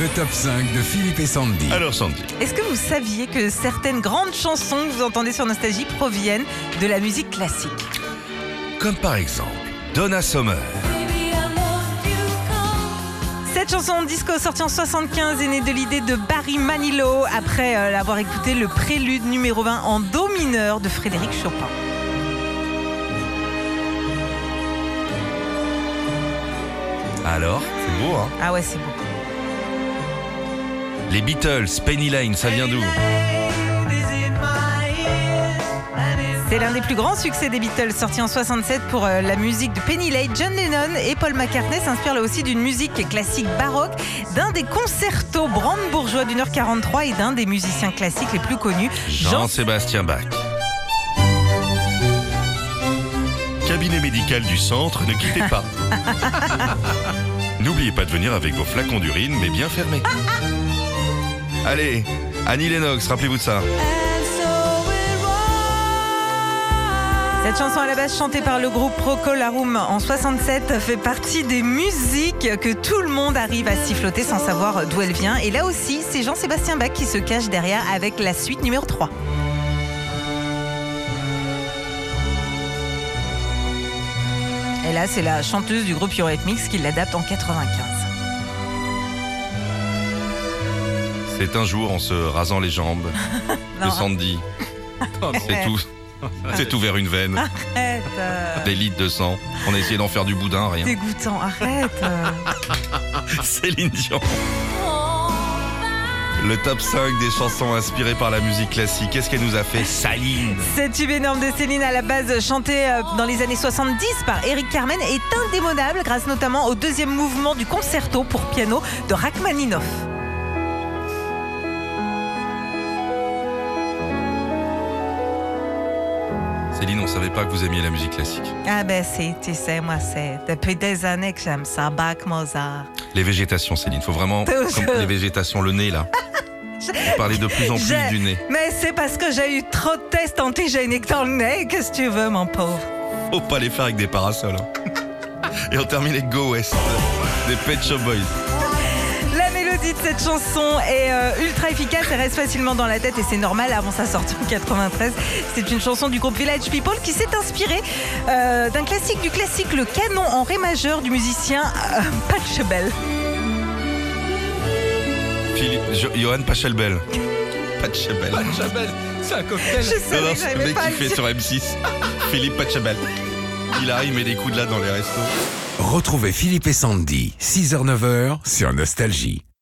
Le top 5 de Philippe et Sandy. Alors Sandy, Est-ce que vous saviez que certaines grandes chansons que vous entendez sur Nostalgie proviennent de la musique classique ? comme par exemple Donna Summer. Cette chanson disco sortie en 75 est née de l'idée de Barry Manilow après l'avoir écouté le prélude numéro 20 en do mineur de Frédéric Chopin. Alors, c'est beau hein. Ah ouais, c'est beau. Les Beatles, Penny Lane, ça vient d'où? C'est l'un des plus grands succès des Beatles, sorti en 67 pour la musique de Penny Lane. John Lennon et Paul McCartney s'inspirent là aussi d'une musique classique baroque, d'un des concertos brandebourgeois d'1h43 et d'un des musiciens classiques les plus connus, Jean-Sébastien Bach. Cabinet médical du centre, ne quittez pas. N'oubliez pas de venir avec vos flacons d'urine, mais bien fermés. Allez, Annie Lennox, rappelez-vous de ça. Cette chanson à la base chantée par le groupe Procol Harum en 67 fait partie des musiques que tout le monde arrive à siffloter sans savoir d'où elle vient. Et là aussi, c'est Jean-Sébastien Bach qui se cache derrière avec la suite numéro 3. Et là, c'est la chanteuse du groupe Eurythmics qui l'adapte en 95. C'est un jour en se rasant les jambes de Sandy. C'est tout. C'est tout vers une veine. Arrête. Des litres de sang. On a essayé d'en faire du boudin, rien. Dégoûtant, arrête. Céline Dion. Le top 5 des chansons inspirées par la musique classique. Qu'est-ce qu'elle nous a fait, Saline? Cette tube énorme de Céline, à la base chantée dans les années 70 par Eric Carmen, est indémodable grâce notamment au deuxième mouvement du concerto pour piano de Rachmaninoff. Céline, on savait pas que vous aimiez la musique classique. Ah ben tu sais, moi c'est depuis des années que j'aime ça, Bach, Mozart. Les végétations, Céline, faut vraiment... Comme les végétations, le nez, là. Vous parlez de plus en plus du nez. Mais c'est parce que j'ai eu trop de tests antigéniques dans le nez, qu'est-ce que tu veux, mon pauvre? Faut pas les faire avec des parasols. Hein. Et on termine avec Go West, des Pet Shop Boys. La mélodie de cette chanson est ultra efficace et reste facilement dans la tête, et c'est normal avant sa sortie en 93. C'est une chanson du groupe Village People qui s'est inspirée d'un classique du classique, le canon en ré majeur du musicien Pachelbel. Johann Pachelbel. Pachelbel. C'est un cocktail. Je savais Non, que c'est le j'arrivais mec pas à qui le fait dire. sur M6. Philippe Pachelbel. Il arrive, il met des coups de là dans les restos. Retrouvez Philippe et Sandy, 6h-9h sur Nostalgie.